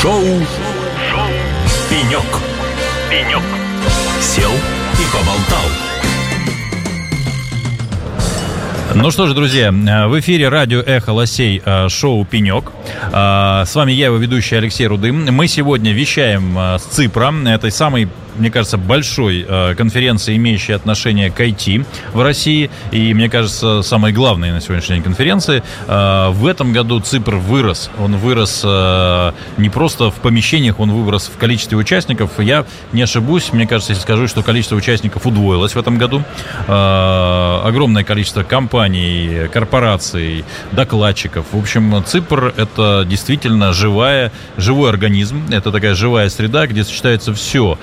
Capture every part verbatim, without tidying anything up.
Шоу, Шоу. Пенек. Пенек. Сел и поболтал. Ну что ж, друзья, в эфире радио «Эхо Лосей», шоу «Пенек». С вами я, его ведущий Алексей Рудым. Мы сегодня вещаем с Ципра, этой самой, мне кажется, большой конференции, имеющей отношение к ай ти в России. И, мне кажется, самой главной на сегодняшний день конференции. В этом году Ципр вырос. Он вырос не просто в помещениях, он вырос в количестве участников. Я не ошибусь, мне кажется, если скажу, что количество участников удвоилось в этом году. Огромное количество компаний, корпораций, докладчиков. В общем, Ципр — это действительно живая, живой организм. Это такая живая среда, где сочетается все.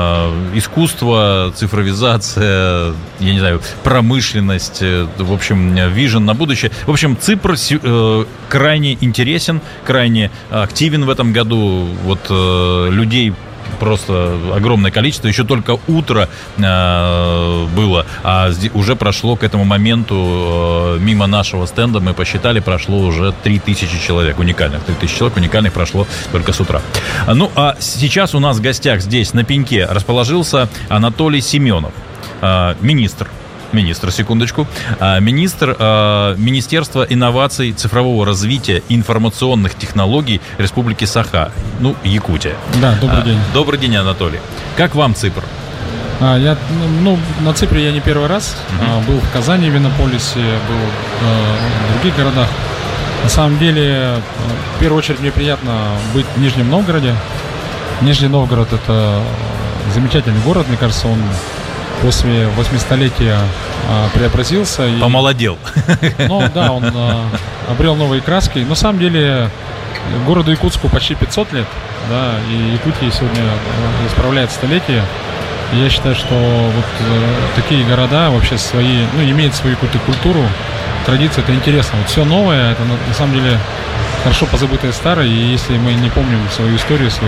Искусство, цифровизация, я не знаю, промышленность, в общем, вижен на будущее. В общем, Ципр э, крайне интересен, крайне активен в этом году. Вот э, людей просто огромное количество. Еще только утро э, было, а уже прошло к этому моменту э, мимо нашего стенда, мы посчитали, прошло уже три тысячи человек уникальных. три тысячи человек уникальных прошло только с утра. Ну, а сейчас у нас в гостях здесь на пеньке расположился Анатолий Семенов, э, министр. Министр, секундочку. Министр э, Министерства инноваций, цифрового развития и информационных технологий Республики Саха, ну, Якутия. Да, добрый день. Добрый день, Анатолий. Как вам Ципр? А, я, ну, на Ципре я не первый раз. Uh-huh. а, был в Казани, в Иннополисе, был а, в других городах. На самом деле, в первую очередь, мне приятно быть в Нижнем Новгороде. Нижний Новгород — это замечательный город, мне кажется, он после восьмистолетия а, преобразился. И, помолодел. Ну да, он а, обрел новые краски. На самом деле городу Якутску почти пятьсот лет, да, и Якутия сегодня исправляет столетие. И я считаю, что вот а, такие города вообще свои, ну, имеют свою какую-то культуру, традиции, это интересно. Вот все новое, это на, на самом деле хорошо позабытое старое, и если мы не помним свою историю, свои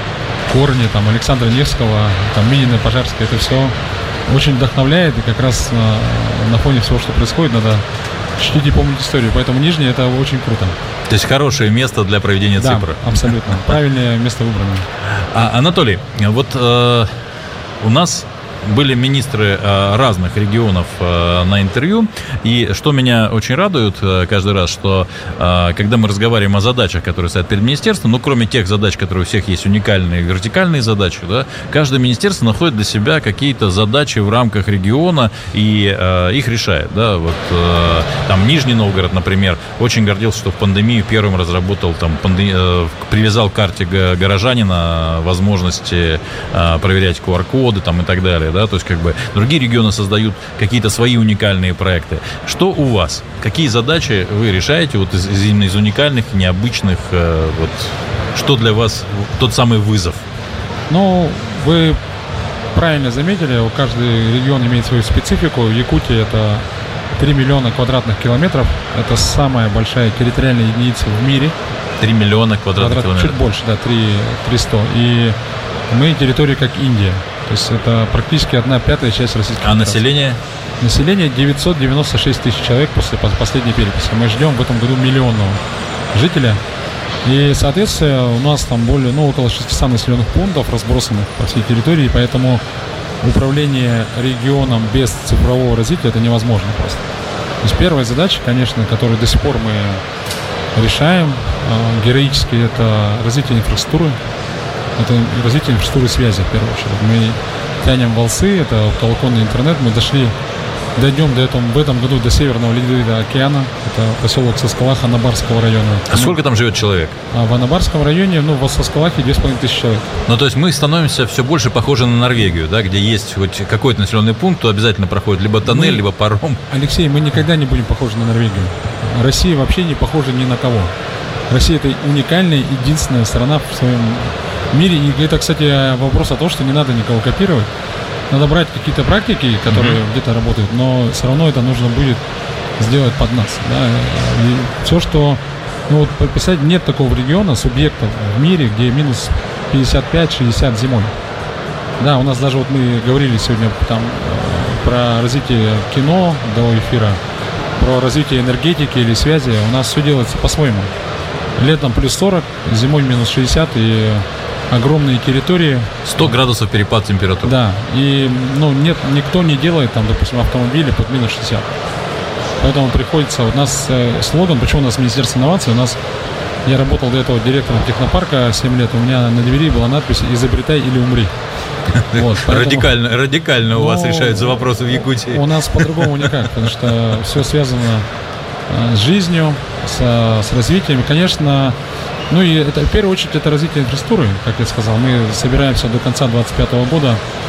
корни, там, Александра Невского, там, Минина, Пожарская, это все очень вдохновляет, и как раз на, на фоне всего, что происходит, надо чтить и помнить историю. Поэтому Нижний — это очень круто. То есть хорошее место для проведения да, Ципра. Абсолютно. Правильное место выбрано. А, Анатолий, вот э, у нас были министры э, разных регионов э, на интервью, и что меня очень радует э, каждый раз, что э, когда мы разговариваем о задачах, которые стоят перед министерством, ну, кроме тех задач, которые у всех есть уникальные вертикальные задачи, да, каждое министерство находит для себя какие-то задачи в рамках региона и э, их решает, да, вот э, там Нижний Новгород, например, очень гордился, что в пандемию первым разработал, там, панде... э, привязал к карте горожанина возможности э, проверять ку ар коды, там, и так далее. Да, то есть, как бы, другие регионы создают какие-то свои уникальные проекты. Что у вас? Какие задачи вы решаете вот из, из, из уникальных, необычных? Э, вот, что для вас тот самый вызов? Ну, вы правильно заметили, каждый регион имеет свою специфику. Якутия — это три миллиона квадратных километров. Это самая большая территориальная единица в мире. три миллиона квадратных Квадрат, километров? Чуть больше, да, три триста. И мы территория как Индия. То есть это практически одна пятая часть Российской Федерации. А население? Население девятьсот девяносто шесть тысяч человек после последней переписи. Мы ждем в этом году миллионного жителя. И, соответственно, у нас там более, ну, около шестисот населенных пунктов, разбросанных по всей территории. Поэтому управление регионом без цифрового развития — это невозможно просто. То есть первая задача, конечно, которую до сих пор мы решаем э, героически, это развитие инфраструктуры. Это развитие инфраструктуры связи, в первую очередь. Мы тянем волсы, это оптоволоконный интернет. Мы дошли, дойдем до этого, в этом году до Северного Ледовитого океана. Это поселок Соскалах Анабарского района. А сколько там живет человек? А в Анабарском районе, ну, в Соскалахе две с половиной тысячи человек. Ну, то есть мы становимся все больше похожи на Норвегию, да, где есть хоть какой-то населенный пункт, то обязательно проходит либо тоннель, мы, либо паром. Алексей, мы никогда не будем похожи на Норвегию. Россия вообще не похожа ни на кого. Россия — это уникальная, единственная страна в своем мире. И это, кстати, вопрос о том, что не надо никого копировать. Надо брать какие-то практики, которые mm-hmm. где-то работают, но все равно это нужно будет сделать под нас. Да? И все, что... Ну вот, представьте, нет такого региона, субъекта в мире, где минус пятьдесят пять шестьдесят зимой. Да, у нас даже вот мы говорили сегодня там про развитие кино до эфира, про развитие энергетики или связи. У нас все делается по-своему. Летом плюс сорок, зимой минус шестьдесят и огромные территории. сто градусов перепад температуры. Да, и ну, нет, никто не делает там, допустим, автомобили под минус шестьдесят. Поэтому приходится, у нас э, слоган, почему у нас Министерство инноваций, у нас, я работал до этого директором технопарка семь лет, у меня на двери была надпись «Изобретай или умри». Вот, поэтому, радикально, радикально у ну, вас решаются вопросы в Якутии. У нас по-другому никак, потому что все связано с жизнью, с, с развитием. Конечно, ну и это, в первую очередь это развитие инфраструктуры, как я сказал. Мы собираемся до конца двадцать пятого года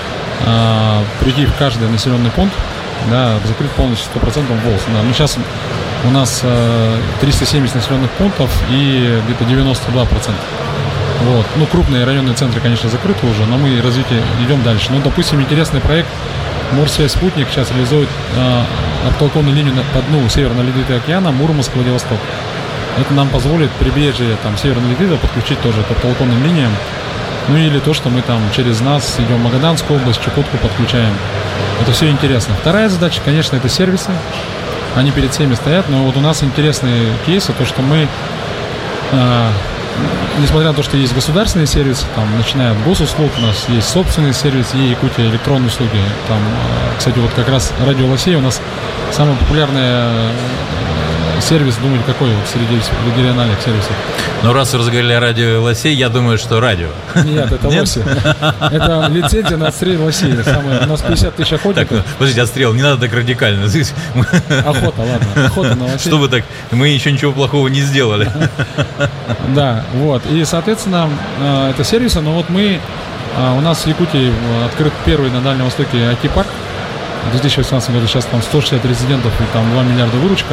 а, прийти в каждый населенный пункт, да, закрыть полностью сто процентов волос. Да. Мы сейчас у нас а, триста семьдесят населенных пунктов и где-то девяносто два процента. Вот. Ну, крупные районные центры, конечно, закрыты уже, но мы развитие идем дальше. Ну, допустим, интересный проект Морсвязь «Спутник» сейчас реализует э, оптоволоконную линию по дну Северного Ледовитого океана Мурманск-Владивосток. Это нам позволит прибрежье там, Северного Ледовитого подключить тоже к оптоволоконным линиям. Ну или то, что мы там через нас идем в Магаданскую область, Чукотку подключаем. Это все интересно. Вторая задача, конечно, это сервисы. Они перед всеми стоят, но вот у нас интересные кейсы, то, что мы... Э, Несмотря на то, что есть государственные сервисы, там, начиная от госуслуг, у нас есть собственный сервис и Якутия электронные услуги. Там, кстати, вот как раз радио Лосей у нас самый популярный сервис, думаете, какой вот среди региональных сервисов? Ну, раз вы разговаривали о радио Лосей, я думаю, что радио. Нет, это Лоси. Это лицензия на отстрел Лосей. У нас пятьдесят тысяч охотников. Так, подождите, отстрел, не надо так радикально. Охота, ладно, охота на Лосей. Чтобы так, мы еще ничего плохого не сделали. Да, вот. И, соответственно, это сервисы, но вот мы, у нас в Якутии открыт первый на Дальнем Востоке ай ти-парк. В две тысячи восемнадцатом году сейчас там сто шестьдесят резидентов и там два миллиарда выручка.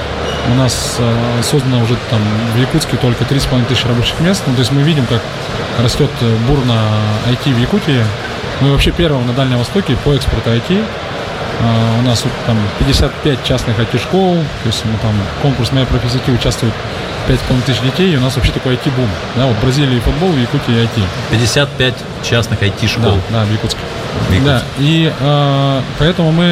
У нас э, создано уже там в Якутске только три с половиной тысячи рабочих мест. Ну, то есть мы видим, как растет бурно ай ти в Якутии. Мы вообще первым на Дальнем Востоке по экспорту ай ти. Э, у нас вот, там пятьдесят пять частных ай ти-школ. То есть мы там конкурс «Моя профессия» участвует пять с половиной тысяч детей. И у нас вообще такой ай ти-бум. Да, вот в Бразилии футбол, в Якутии ай ти. пятьдесят пять частных ай ти-школ. Да, да, в Якутске. В Якутске. Да, и э, поэтому мы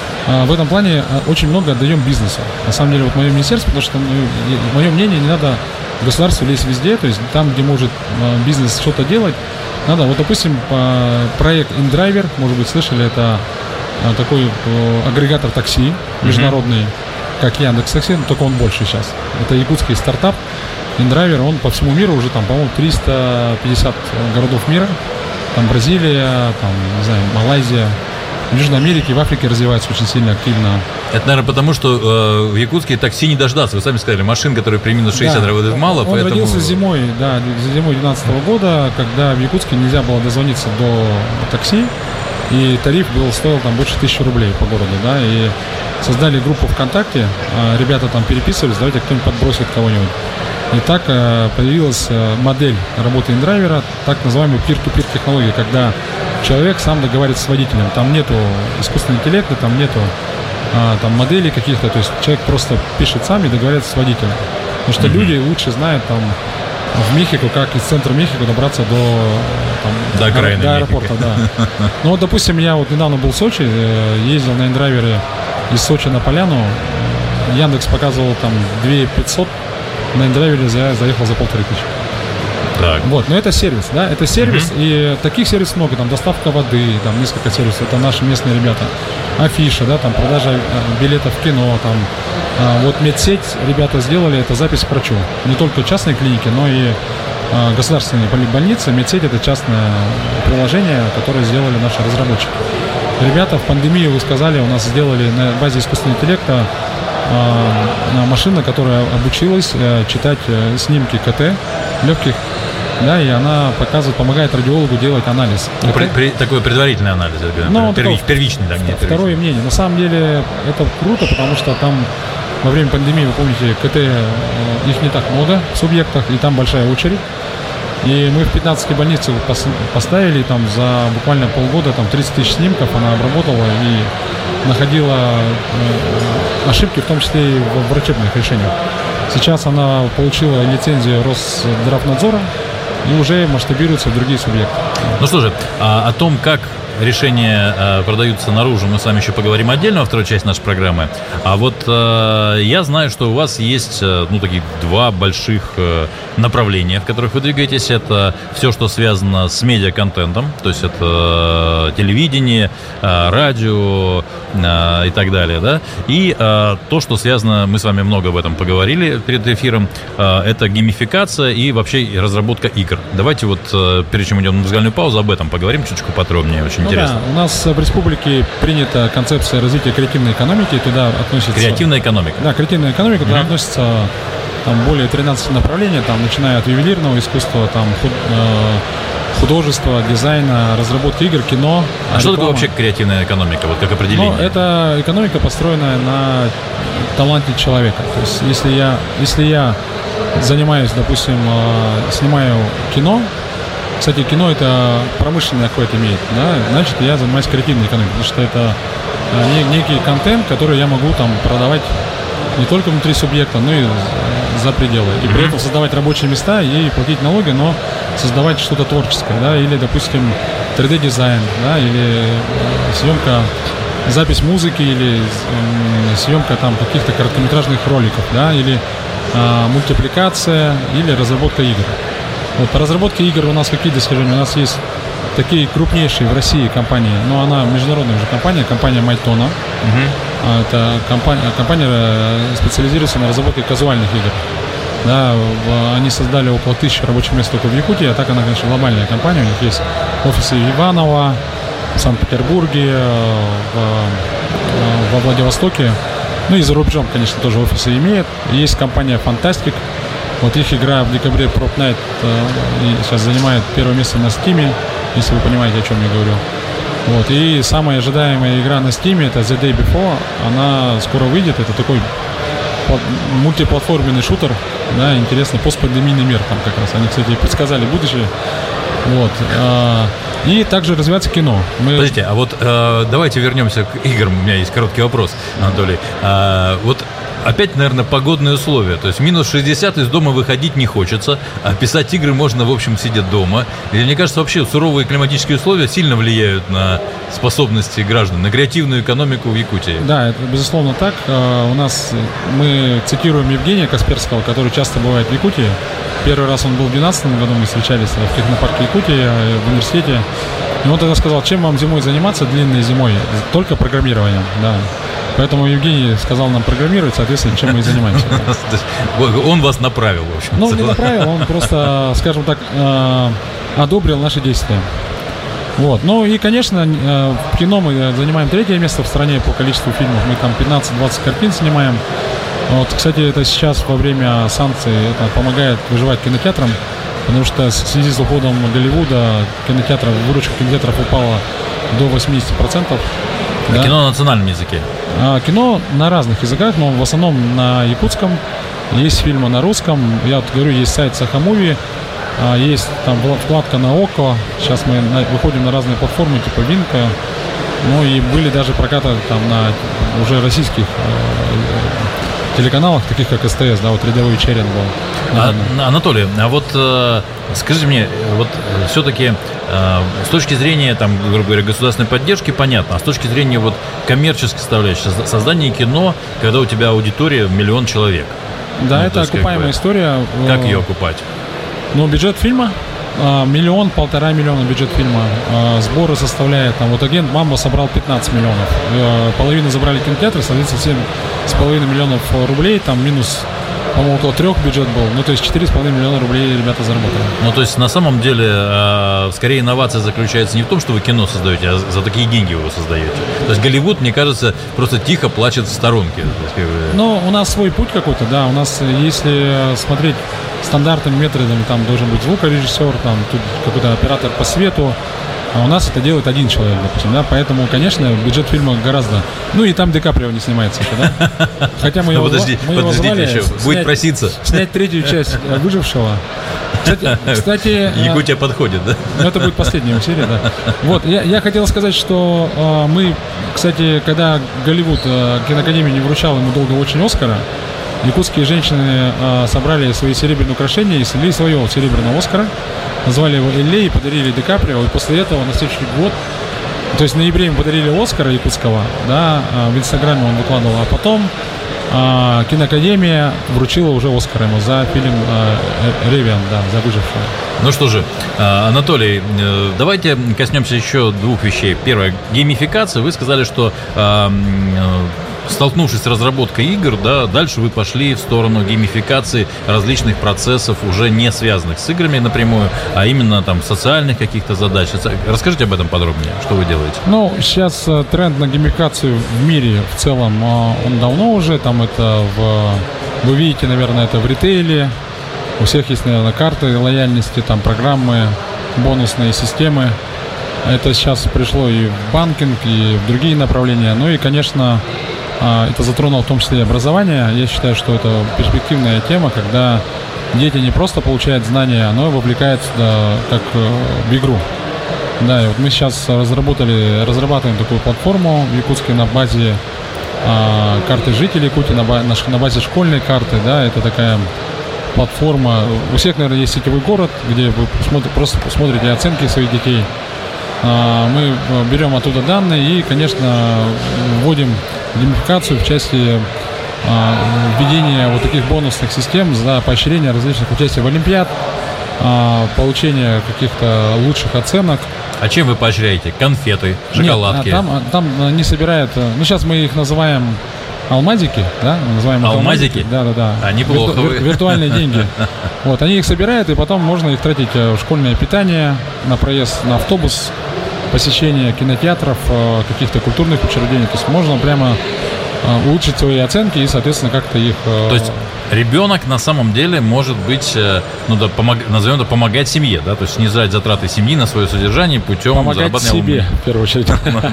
в этом плане очень много отдаем бизнесу. На самом деле, вот мое министерство, потому что, ну, мое мнение, не надо государству лезть везде, то есть там, где может бизнес что-то делать, надо, вот, допустим, проект InDriver, может быть, слышали, это такой агрегатор такси международный, mm-hmm. как Яндекс.Такси, только он больше сейчас. Это якутский стартап InDriver, он по всему миру уже, там, по-моему, триста пятьдесят городов мира, там Бразилия, там, не знаю, Малайзия, в Южной Америке, в Африке развивается очень сильно, активно. Это, наверное, потому что э, в Якутске такси не дождаться. Вы сами сказали, машин, которые при минус шестьдесят да. работают мало. Он поэтому... родился зимой, да, зимой две тысячи двенадцатого года, когда в Якутске нельзя было дозвониться до такси, и тариф был, стоил там больше тысячи рублей по городу, да, и создали группу ВКонтакте, ребята там переписывались, давайте кто-нибудь подбросит кого-нибудь. И так э, появилась э, модель работы индрайвера, так называемая peer-to-peer технология, когда человек сам договаривается с водителем. Там нету искусственного интеллекта, там нету э, там моделей каких-то, то есть человек просто пишет сам и договаривается с водителем. Потому что mm-hmm. люди лучше знают там в Мехико, как из центра Мехико добраться до, там, до, аэро- до аэропорта. Да. Ну вот, допустим, я вот недавно был в Сочи, э, ездил на индрайвере из Сочи на Поляну, Яндекс показывал там две тысячи пятьсот, на индрайвере я заехал за полторы тысячи. Так. Вот, но это сервис, да, это сервис, mm-hmm. и таких сервисов много, там доставка воды, там несколько сервисов, это наши местные ребята. Афиша, да, там продажа билетов в кино, там, а, вот медсеть ребята сделали, это запись к врачу. Не только частные клиники, но и а, государственные больницы. Медсеть — это частное приложение, которое сделали наши разработчики. Ребята в пандемию, вы сказали, у нас сделали на базе искусственного интеллекта машина, которая обучилась э, читать э, снимки КТ легких, да, и она показывает, помогает радиологу делать анализ. Ну, при, при, такой предварительный анализ, ну, первич, первичный, да, нет, второе первичный. Мнение. На самом деле это круто, потому что там во время пандемии, вы помните, КТ, э, их не так много в субъектах, и там большая очередь. И мы в пятнадцати больницах поставили, там за буквально полгода там тридцать тысяч снимков она обработала и находила э, ошибки, в том числе и в врачебных решениях. Сейчас она получила лицензию Росздравнадзора и уже масштабируется в другие субъекты. Ну что же, о том, как решения э, продаются наружу, мы с вами еще поговорим отдельно во второй части нашей программы. А вот э, я знаю, что у вас есть, э, ну, такие два больших э, направления, в которых вы двигаетесь. Это все, что связано с медиаконтентом, то есть это э, телевидение, э, радио э, и так далее, да. И э, то, что связано, мы с вами много об этом поговорили перед эфиром, э, это геймификация и вообще разработка игр. Давайте вот, э, перед чем идем на музыкальную паузу, об этом поговорим чуточку подробнее, очень ну интересно. Да, у нас в республике принята концепция развития креативной экономики, туда относится... Креативная экономика. Да, креативная экономика, туда mm-hmm. относится там более тринадцати направлений, там, начиная от ювелирного искусства, там, худ, э, художества, дизайна, разработки игр, кино. А реклама. Что такое вообще креативная экономика, вот как определение? Ну, это экономика, построенная на таланте человека. То есть, если я, если я занимаюсь, допустим, э, снимаю кино, кстати, кино это промышленное какое-то имеет, да, значит, я занимаюсь креативной экономикой, потому что это э, некий контент, который я могу там продавать не только внутри субъекта, но и за пределы. И mm-hmm. при этом создавать рабочие места и платить налоги, но создавать что-то творческое, да, или, допустим, три дэ-дизайн, да, или съемка, запись музыки, или съемка там каких-то короткометражных роликов, да, или а, мультипликация, или разработка игр. Вот по разработке игр у нас какие достижения? У нас есть такие крупнейшие в России компании, но она международная уже компания, компания Майтона. Uh-huh. Это компания, компания специализируется на разработке казуальных игр. Да, в, они создали около тысячи рабочих мест только в Якутии, а так она, конечно, глобальная компания. У них есть офисы в Иваново, в Санкт-Петербурге, в, во Владивостоке. Ну и за рубежом, конечно, тоже офисы имеет. Есть компания Fantastic. Вот их игра в декабре Prop Night э, сейчас занимает первое место на Steam, если вы понимаете, о чем я говорю. Вот. И самая ожидаемая игра на Steam это The Day Before. Она скоро выйдет. Это такой мультиплатформенный шутер, да, интересный постпандемийный мир там как раз. Они, кстати, предсказали будущее. Вот. И также развивается кино. Мы... Подождите, а вот э, давайте вернемся к играм. У меня есть короткий вопрос, Анатолий. Э, вот опять, наверное, погодные условия. То есть минус шестьдесят, из дома выходить не хочется, а писать игры можно, в общем, сидя дома. И мне кажется, вообще суровые климатические условия сильно влияют на способности граждан, на креативную экономику в Якутии. Да, это безусловно так. У нас, мы цитируем Евгения Касперского, который часто бывает в Якутии. Первый раз он был в две тысячи двенадцатом году, мы встречались в технопарке Якутии, в университете. И он тогда сказал, чем вам зимой заниматься, длинной зимой? Только программированием, да. Поэтому Евгений сказал нам программировать, соответственно, чем мы и занимаемся. Он вас направил, в общем. Ну, не направил, он просто, скажем так, одобрил наши действия. Вот. Ну и, конечно, в кино мы занимаем третье место в стране по количеству фильмов. Мы там пятнадцать-двадцать картин снимаем. Вот, кстати, это сейчас во время санкций это помогает выживать кинотеатрам, потому что в связи с уходом Голливуда кинотеатров, выручка кинотеатров упала до восемьдесят процентов. А да? Кино на национальном языке? А, кино на разных языках, но в основном на якутском. Есть фильмы на русском. Я вот говорю, есть сайт Сахамуви, а, есть там вкладка на Око. Сейчас мы на, выходим на разные платформы, типа Винка. Ну и были даже прокаты там на уже российских э, телеканалах, таких как СТС, да, вот рядовой Черен был. А, Анатолий, а вот э, скажите мне, вот все-таки э, с точки зрения, там, грубо говоря, государственной поддержки, понятно, а с точки зрения вот коммерческой составляющей, создание кино, когда у тебя аудитория миллион человек. Да, ну, это окупаемая история. Как ее окупать? Ну, бюджет фильма. Миллион, полтора миллиона бюджет фильма. Сборы составляет, там, вот агент «Мамба» собрал пятнадцать миллионов. Половину забрали кинотеатры, соответственно, семь с половиной миллионов рублей, там минус, по-моему, около трех бюджет был. Ну, то есть четыре с половиной миллиона рублей ребята заработали. Ну, то есть, на самом деле, скорее инновация заключается не в том, что вы кино создаете, а за такие деньги вы его создаете. То есть Голливуд, мне кажется, просто тихо плачет в сторонке. Ну, у нас свой путь какой-то, да. У нас, если смотреть стандартными методами, там должен быть звукорежиссер, там тут какой-то оператор по свету, а у нас это делает один человек, допустим, да, поэтому, конечно, бюджет фильма гораздо... Ну и там Ди Каприо не снимается еще, да? Хотя мы его, подожди, мы его звали еще. Снять, будет проситься. Снять третью часть «Выжившего». Кстати, кстати Якутия подходит, да? Ну, это будет последняя серия, да. Вот, я, я хотел сказать, что э, мы, кстати, когда Голливуд, э, киноакадемия не вручала ему долго очень Оскара, якутские женщины э, собрали свои серебряные украшения и слили своего серебряного Оскара, назвали его Эллей и подарили Ди Каприо. И после этого на следующий год То есть в ноябре ему подарили Оскара якутского, да, в Инстаграме он выкладывал, а потом а, киноакадемия вручила уже Оскар ему за фильм «Ревиан», да, за «Выжившего». Ну что же, Анатолий, давайте коснемся еще двух вещей. Первое, геймификация. Вы сказали, что столкнувшись с разработкой игр, да, дальше вы пошли в сторону геймификации различных процессов, уже не связанных с играми напрямую, а именно там социальных каких-то задач. Расскажите об этом подробнее, что вы делаете? Ну, сейчас тренд на геймификацию в мире в целом, он давно уже, там это в... Вы видите, наверное, это в ритейле, у всех есть, наверное, карты лояльности, там программы, бонусные системы. Это сейчас пришло и в банкинг, и в другие направления. Ну и, конечно, это затронуло в том числе и образование. Я считаю, что это перспективная тема, когда дети не просто получают знания, но и вовлекаются, да, как в игру. Да, и вот мы сейчас разработали, разрабатываем такую платформу в Якутске на базе а, карты жителей Якутии, на, ба- на базе школьной карты. Да, это такая платформа. У всех, наверное, есть сетевой город, где вы смотрите, просто смотрите оценки своих детей. Мы берем оттуда данные и, конечно, вводим геймификацию в части введения вот таких бонусных систем за поощрение различных участий в олимпиад, получение каких-то лучших оценок. А чем вы поощряете? Конфеты, шоколадки? Нет, там, там они собирают, ну сейчас мы их называем алмазики, да, мы называем их алмазики? Да, да, да. А неплохо. Вирту, вир, виртуальные деньги. Вот, они их собирают, и потом можно их тратить в школьное питание, на проезд на автобус, посещение кинотеатров, каких-то культурных учреждений. То есть можно прямо улучшить свои оценки и, соответственно, как-то их... То есть ребенок на самом деле может быть, ну да, помог, назовем это, помогать семье, да, то есть снижать затраты семьи на свое содержание путем помогать зарабатывания... себе, в первую очередь.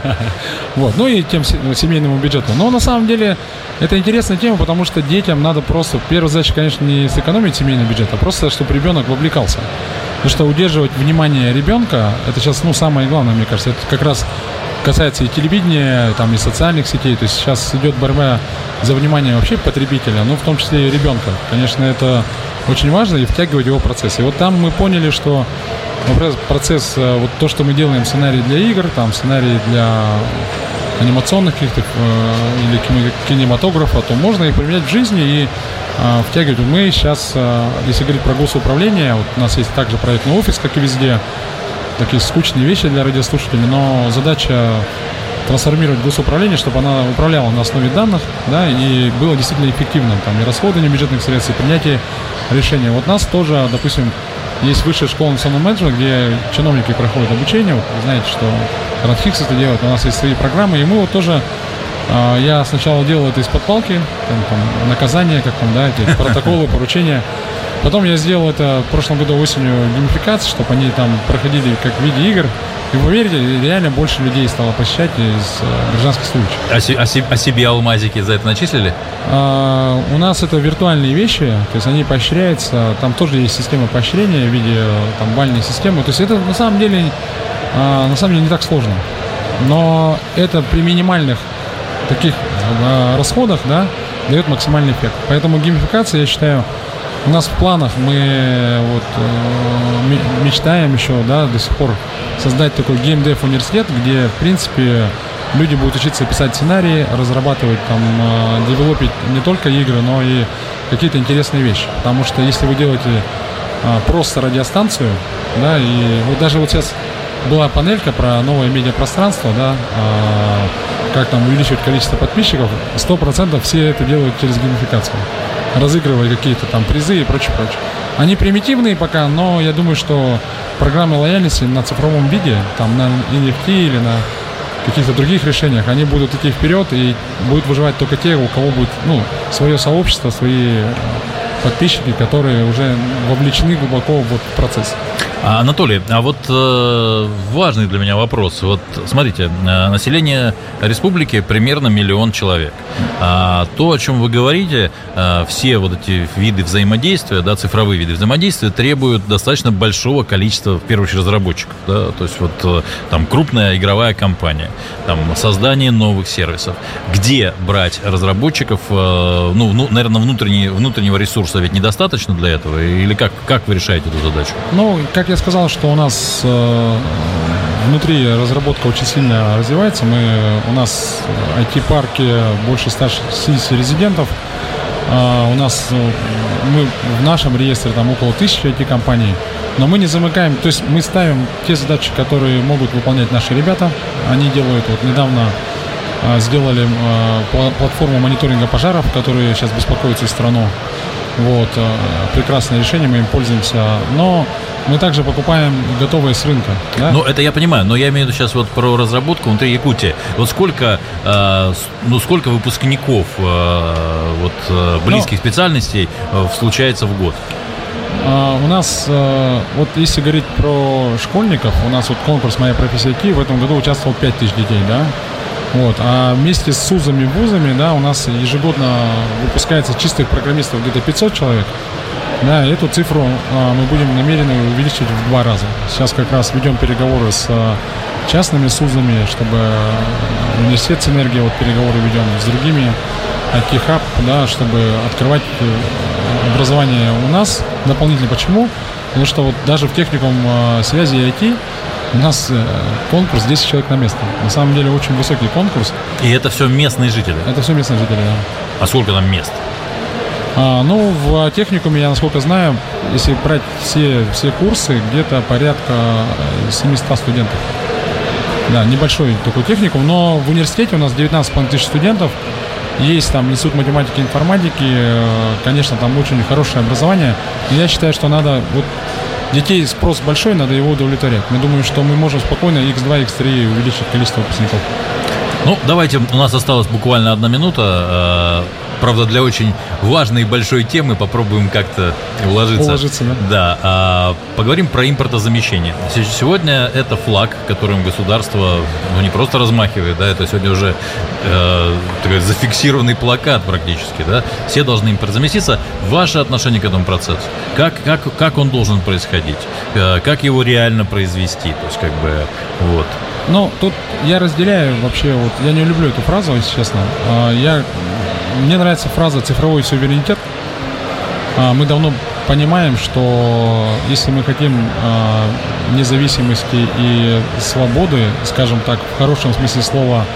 Вот, ну и тем семейному бюджету. Но на самом деле это интересная тема, потому что детям надо просто, первая задача, конечно, не сэкономить семейный бюджет, а просто, чтобы ребенок вовлекался. Потому что удерживать внимание ребенка, это сейчас, ну, самое главное, мне кажется, это как раз касается и телевидения, там, и социальных сетей. То есть сейчас идет борьба за внимание вообще потребителя, ну, в том числе и ребенка. Конечно, это очень важно, и втягивать его в процесс. И вот там мы поняли, что процесс, вот то, что мы делаем, сценарий для игр, там, сценарий для анимационных каких-то э, или кинематографа, то можно их применять в жизни и э, втягивать. Мы сейчас, э, если говорить про госуправление, вот у нас есть также проектный офис, как и везде, такие скучные вещи для радиослушателей, но задача трансформировать госуправление, чтобы она управляла на основе данных, да, и было действительно эффективным, там, и расходование бюджетных средств, и принятие решений. Вот у нас тоже, допустим, есть высшая школа национального менеджмента, где чиновники проходят обучение. Вот вы знаете, что Ранхикс это делает, у нас есть свои программы, и мы вот тоже, э, я сначала делал это из-под палки, там, там, наказания, как там, да, эти протоколы, поручения. Потом я сделал это в прошлом году осенью геймификацию, чтобы они там проходили как в виде игр. И вы верите, реально больше людей стало посещать из э, гражданских случаев. А, си, а, си, а себе алмазики за это начислили? А, у нас это виртуальные вещи, то есть они поощряются. Там тоже есть система поощрения в виде там, бальной системы. То есть это на самом деле, а, на самом деле не так сложно. Но это при минимальных таких а, расходах, да, дает максимальный эффект. Поэтому геймификация, я считаю, у нас в планах, мы вот, э, мечтаем еще, да, до сих пор создать такой геймдев университет, где, в принципе, люди будут учиться писать сценарии, разрабатывать, там, э, девелопить не только игры, но и какие-то интересные вещи. Потому что если вы делаете э, просто радиостанцию, да, и вот даже вот сейчас была панелька про новое медиапространство, да, э, как там увеличивать количество подписчиков, сто процентов все это делают через геймификацию, разыгрывая какие-то там призы и прочее, прочее. Они примитивные пока, но я думаю, что программы лояльности на цифровом виде, там на эн эф ти или на каких-то других решениях, они будут идти вперед, и будут выживать только те, у кого будет, ну, свое сообщество, свои подписчики, которые уже вовлечены глубоко в вот процесс. А, Анатолий, а вот э, важный для меня вопрос. Вот смотрите, э, население республики примерно миллион человек. А то, о чем вы говорите, э, все вот эти виды взаимодействия, да, цифровые виды взаимодействия требуют достаточно большого количества, в первую очередь, разработчиков. Да, то есть вот э, там крупная игровая компания, там создание новых сервисов. Где брать разработчиков? Э, ну, ну, наверное, внутренний, внутреннего ресурса ведь недостаточно для этого? Или как, как вы решаете эту задачу? Ну, как я сказал, что у нас э, внутри разработка очень сильно развивается. Мы, у нас в ай ти-парке больше ста шестидесяти резидентов. Uh, у нас, мы в нашем реестре там около тысячи ай ти-компаний, но мы не замыкаем, то есть мы ставим те задачи, которые могут выполнять наши ребята. Они делают, вот недавно uh, сделали uh, платформу мониторинга пожаров, которые сейчас беспокоят всю страну. Вот, uh, прекрасное решение, мы им пользуемся, но мы также покупаем готовые с рынка. Да? Ну, это я понимаю, но я имею в виду сейчас вот про разработку внутри Якутии. Вот сколько, э, ну, сколько выпускников э, вот, э, близких но... специальностей э, случается в год? Uh, у нас, uh, вот если говорить про школьников, у нас вот конкурс «Моя профессия ай ти», в этом году участвовало пять тысяч детей, да? Вот. А вместе с СУЗами, вузами, да, у нас ежегодно выпускается чистых программистов где-то пятьсот человек. Да, эту цифру а, мы будем намерены увеличить в два раза. Сейчас как раз ведем переговоры с а, частными СУЗами, чтобы университет «Синергия», вот переговоры ведем с другими, ай ти-хаб, да, чтобы открывать образование у нас дополнительно. Почему? Потому что вот даже в техникум а, связи и ай ти у нас а, конкурс десять человек на место. На самом деле очень высокий конкурс. И это все местные жители? Это все местные жители, да. А сколько там мест? А, ну, в техникуме, я насколько знаю, если брать все, все курсы, где-то порядка семьсот студентов. Да, небольшой такой техникум, но в университете у нас девятнадцать с половиной тысяч студентов. Есть там институт математики и информатики, конечно, там очень хорошее образование. И я считаю, что надо, вот детей спрос большой, надо его удовлетворять. Мы думаем, что мы можем спокойно икс два, икс три увеличить количество выпускников. Ну, давайте, у нас осталась буквально одна минута. Правда, для очень важной и большой темы попробуем как-то уложиться. Уложиться, да? Да. А, поговорим про импортозамещение. Сегодня это флаг, которым государство, ну, не просто размахивает, да, это сегодня уже э, такой зафиксированный плакат практически, да. Все должны импортозаместиться. Ваше отношение к этому процессу? Как, как, как он должен происходить? Э, как его реально произвести? То есть, как бы, вот. Ну, тут я разделяю вообще, вот, я не люблю эту фразу, если честно. Я, мне нравится фраза «цифровой суверенитет». Мы давно понимаем, что если мы хотим независимости и свободы, скажем так, в хорошем смысле слова,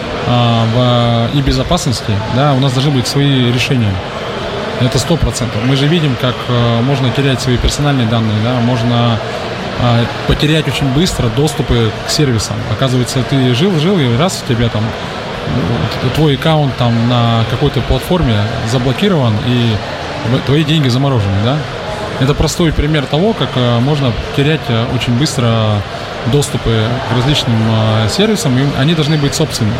и безопасности, да, у нас должны быть свои решения. Это сто процентов. Мы же видим, как можно терять свои персональные данные, да, можно потерять очень быстро доступы к сервисам. Оказывается, ты жил-жил, и раз у тебя там твой аккаунт там на какой-то платформе заблокирован, и твои деньги заморожены, да? Это простой пример того, как можно терять очень быстро доступы к различным сервисам, и они должны быть собственными.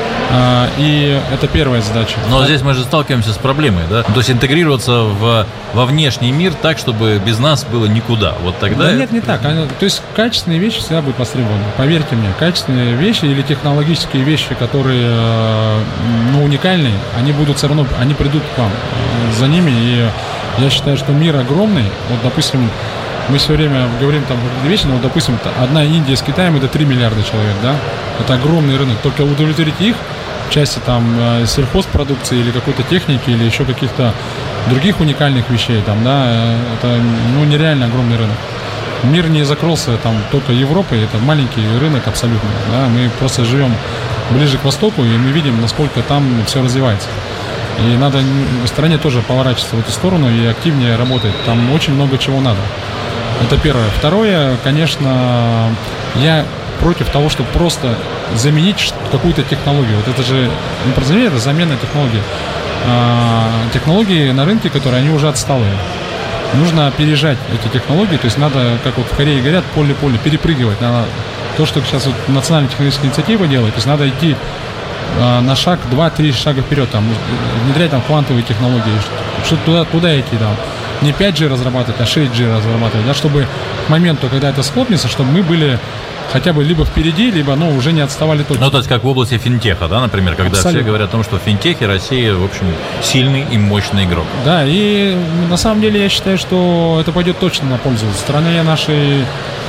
И это первая задача. Но да? Здесь мы же сталкиваемся с проблемой, да? То есть интегрироваться в, во внешний мир так, чтобы без нас было никуда. Вот тогда... Да нет, не так. То есть качественные вещи всегда будут востребованы. Поверьте мне, качественные вещи или технологические вещи, которые, ну, уникальные, они будут все равно, они придут к вам за ними. И я считаю, что мир огромный. Вот, допустим, мы все время говорим там вещи, но, вот, допустим, одна Индия с Китаем — это три миллиарда человек, да? Это огромный рынок. Только удовлетворить их в части там сельхозпродукции или какой-то техники или еще каких-то других уникальных вещей, там, да, это, ну, нереально огромный рынок. Мир не закрылся там только Европой, это маленький рынок абсолютно, да? Мы просто живем ближе к Востоку, и мы видим, насколько там все развивается. И надо в стране тоже поворачиваться в эту сторону и активнее работать. Там очень много чего надо. Это первое. Второе, конечно, я против того, чтобы просто заменить какую-то технологию. Вот это же импортозамещение, это замена технологий. А, технологии на рынке, которые они уже отсталые. Нужно опережать эти технологии, то есть надо, как вот в Корее говорят, поле-поле, перепрыгивать. Надо то, что сейчас вот национальная технологическая инициатива делает, то есть надо идти а, на шаг, два-три шага вперед, там, внедрять там квантовые технологии, что-то туда, туда идти, там. Не пять джи разрабатывать, а шесть джи разрабатывать, да, чтобы к моменту, когда это схлопнется, чтобы мы были хотя бы либо впереди, либо, ну, уже не отставали точно. Ну, то есть как в области финтеха, да, например, когда Абсолютно. Все говорят о том, что в финтехе Россия, в общем, сильный и мощный игрок. Да, и на самом деле я считаю, что это пойдет точно на пользу стране нашей,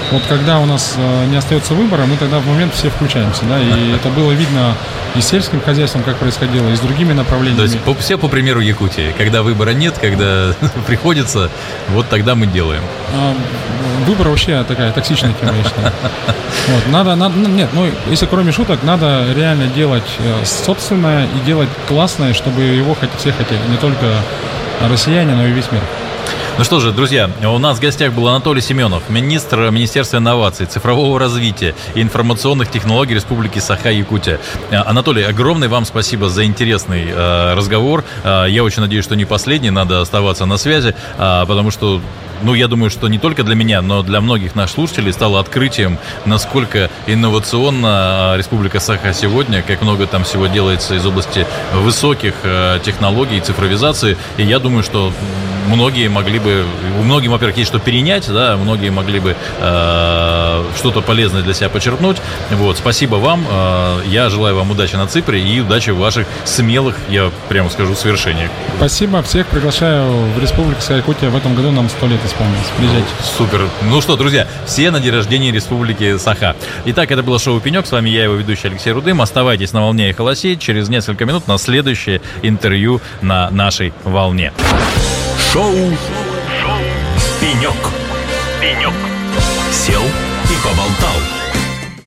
Вот когда у нас э, не остается выбора, мы тогда в момент все включаемся, да, и это было видно и с сельским хозяйством, как происходило, и с другими направлениями. То есть по, все по примеру Якутии. Когда выбора нет, когда приходится, вот тогда мы делаем. А, выбор вообще такая токсичная тема, я считаю. Вот, надо, надо, нет, ну, если кроме шуток, надо реально делать э, собственное и делать классное, чтобы его хоть, все хотели, не только россияне, но и весь мир. Ну что же, друзья, у нас в гостях был Анатолий Семенов, министр Министерства инноваций, цифрового развития и информационных технологий Республики Саха-Якутия. Анатолий, огромное вам спасибо за интересный э, разговор. Э, я очень надеюсь, что не последний, надо оставаться на связи, э, потому что ну, я думаю, что не только для меня, но для многих наших слушателей стало открытием, насколько инновационна Республика Саха сегодня, как много там всего делается из области высоких технологий, цифровизации. И я думаю, что многие могли бы, у многих, во-первых, есть что перенять, да, многие могли бы э, что-то полезное для себя почерпнуть. Вот, спасибо вам. Э, я желаю вам удачи на Ципре и удачи в ваших смелых, я прямо скажу, свершениях. Спасибо. Всех приглашаю в Республику Саха-Якутия. В этом году нам сто лет исполнилось. Приезжайте. Супер. Ну что, друзья, все на день рождения Республики Саха. Итак, это было шоу «Пенек». С вами я, его ведущий Алексей Рудым. Оставайтесь на волне Эхо Лосей. Через несколько минут на следующее интервью на нашей волне. Шоу, шоу «Пенек». «Пенек».